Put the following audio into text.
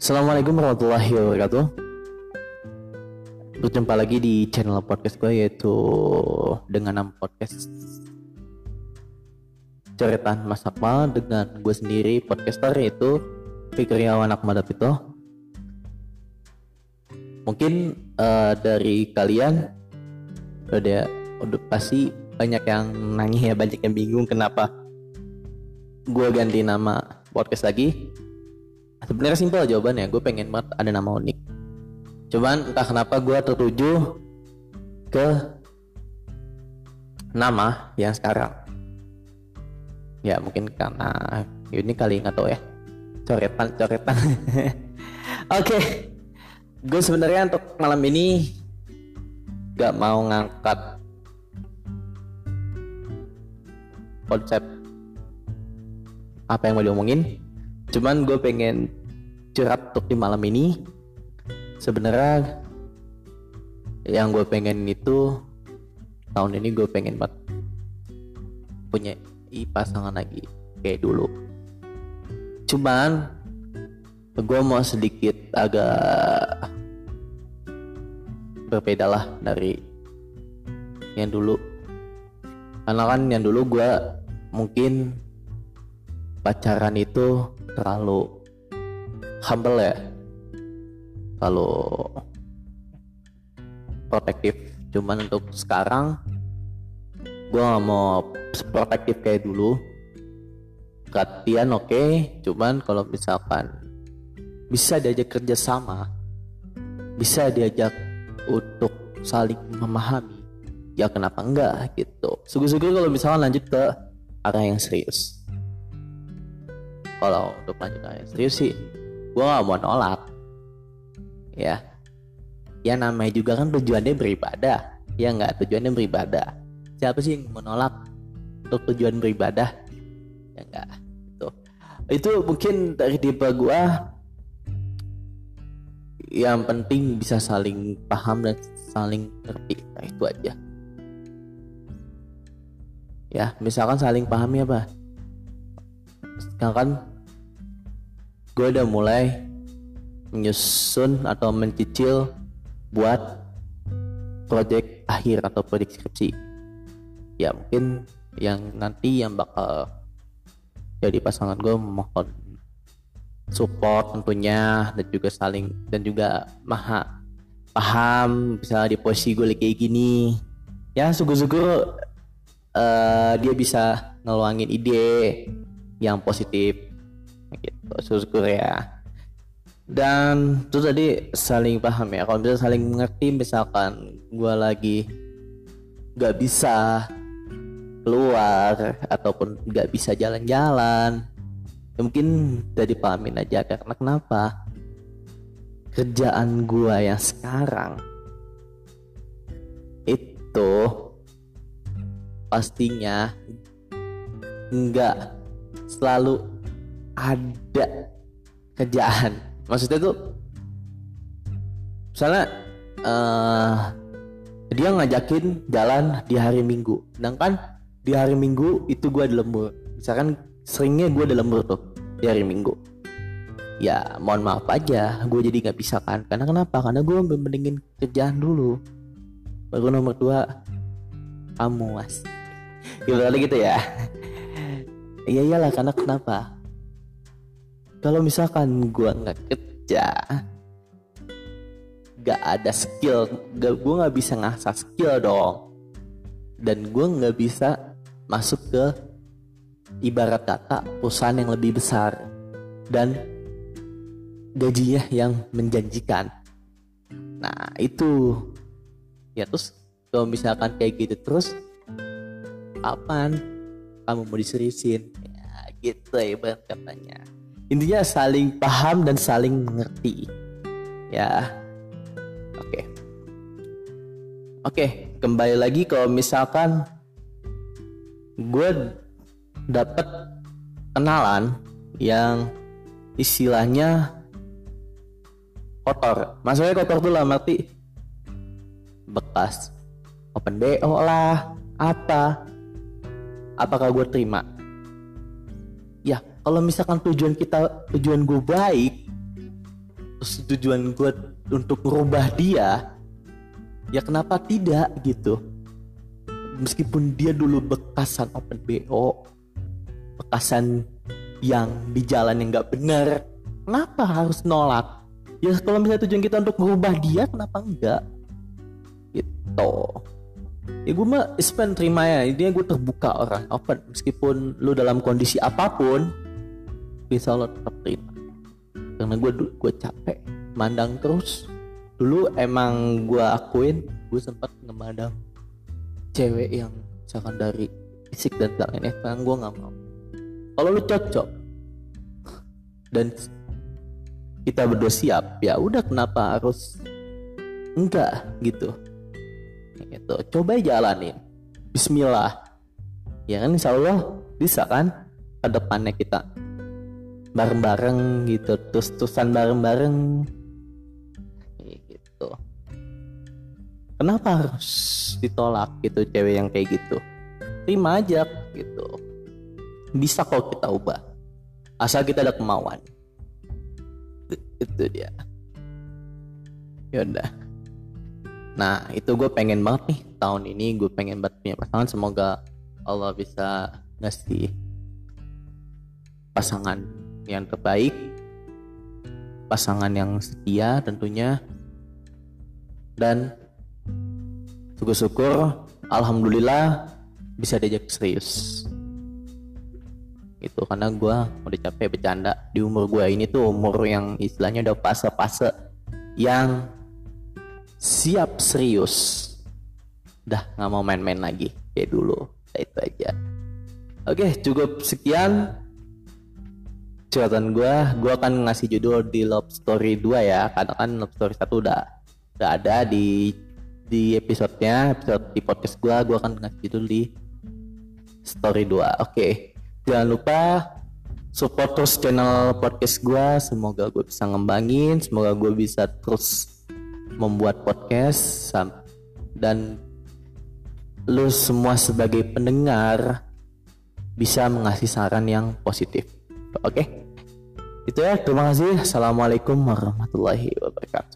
Assalamualaikum warahmatullahi wabarakatuh. Berjumpa lagi di channel podcast gue, yaitu dengan nama podcast Coretan Mas Akmal, dengan gue sendiri podcaster, yaitu Fikriawan Akmal Dapito. Mungkin dari kalian udah pasti banyak yang nanya ya, banyak yang bingung kenapa gue ganti nama podcast lagi. Sebenarnya simpel jawabannya, gue pengen banget ada nama unik. Cuman entah kenapa gue tertuju ke nama yang sekarang. Ya mungkin karena ini kali, nggak tahu ya. Coretan. Oke. Gue sebenarnya untuk malam ini gak mau ngangkat konsep apa yang mau diomongin. Cuman gue pengen curhat untuk di malam ini. Sebenarnya yang gue pengen itu, tahun ini gue pengen banget punya pasangan lagi kayak dulu. Cuman gue mau sedikit agak berbeda lah dari yang dulu. Karena kan yang dulu gue mungkin pacaran itu terlalu humble ya, terlalu protektif. Cuman untuk sekarang gue gak mau protektif kayak dulu. Perhatian oke, cuman kalau misalkan bisa diajak kerja sama, bisa diajak untuk saling memahami, ya kenapa enggak gitu. Syukur-syukur kalau misalkan lanjut ke arah yang serius. Kalau untuk lanjut ke arah yang serius sih, gue gak mau nolak. Ya namanya juga kan tujuannya beribadah, ya nggak, tujuannya beribadah. Siapa sih yang mau nolak untuk tujuan beribadah? Ya nggak. Itu mungkin dari tipe gue. Yang penting bisa saling paham dan saling ngerti. Nah itu aja. Ya misalkan saling pahami apa? Sekarang gue udah mulai menyusun atau mencicil buat proyek akhir atau proyek skripsi. Ya mungkin yang nanti yang bakal jadi pasangan gue mohon support tentunya, dan juga saling, dan juga paham misalnya di posisi gue kayak gini. Ya syukur-syukur dia bisa ngeluangin ide yang positif gitu, syukur ya. Dan itu tadi saling paham ya. Kalau bisa saling mengerti, misalkan gue lagi gak bisa keluar ataupun gak bisa jalan-jalan, ya mungkin udah dipahamin aja. Karena kenapa? Kerjaan gue yang sekarang itu pastinya gak selalu ada kerjaan. Maksudnya tuh misalnya dia ngajakin jalan di hari Minggu, sedangkan di hari Minggu itu gue ada lembur. Misalkan seringnya gue ada lembur tuh di hari Minggu. Ya mohon maaf aja, gue jadi gak bisa kan. Karena kenapa? Karena gue mendingin kerjaan dulu, baru nomor 2 kamu mas. Gimana gitu ya. Iya iyalah, karena kenapa? Kalau misalkan gue nggak kerja, nggak ada skill, gue nggak bisa ngasah skill dong, dan gue nggak bisa masuk ke ibarat kata perusahaan yang lebih besar dan gajinya yang menjanjikan. Nah itu ya, terus kalau misalkan kayak gitu terus, kapan kamu mau diseriusin? Ya gitu ya ibarat katanya. Intinya saling paham dan saling mengerti. Ya. Oke, kembali lagi. Kalau misalkan gue dapet kenalan yang istilahnya kotor. Maksudnya kotor tuh lah arti bekas open BO lah, apakah gue terima? Ya kalau misalkan tujuan gue baik, terus tujuan gue untuk merubah dia, ya kenapa tidak gitu. Meskipun dia dulu bekasan open BO, bekasan yang di jalan yang gak benar, kenapa harus nolak? Ya kalau misalnya tujuan kita untuk merubah dia, kenapa enggak gitu. Ya gue mah spend terima ya, ini gue terbuka orang open, meskipun lu dalam kondisi apapun bisa lo tetap terima. Karena gue capek mandang terus. Dulu emang gue akuin gue sempat ngemandang cewek yang misalkan dari fisik dan lainnya, sekarang gue nggak mau. Kalau lu cocok dan kita berdua siap, ya udah, kenapa harus enggak gitu. Gitu. Coba jalanin, Bismillah, ya kan, insya Allah bisa kan ke depannya kita bareng-bareng gitu, terus-terusan bareng-bareng gitu. Kenapa harus ditolak gitu cewek yang kayak gitu? Terima aja gitu. Bisa kok kita ubah, asal kita ada kemauan. Itu dia. Yaudah. Nah itu gue pengen banget nih, tahun ini gue pengen banget punya pasangan. Semoga Allah bisa ngasih pasangan yang terbaik, pasangan yang setia tentunya. Dan syukur-syukur alhamdulillah bisa diajak serius gitu. Karena gue udah capek bercanda. Di umur gue ini tuh umur yang istilahnya udah fase-fase yang siap serius, udah gak mau main-main lagi kayak dulu. Itu aja. Oke, cukup sekian curhatan gue akan ngasih judul di Love Story 2 ya, karena kan Love Story 1 udah ada di episode di podcast gue akan ngasih judul di Story 2. Oke, jangan lupa support terus channel podcast gue. Semoga gue bisa ngembangin, semoga gue bisa terus membuat podcast, dan lu semua sebagai pendengar bisa mengasih saran yang positif. Oke? Itu ya, terima kasih. Assalamualaikum warahmatullahi wabarakatuh.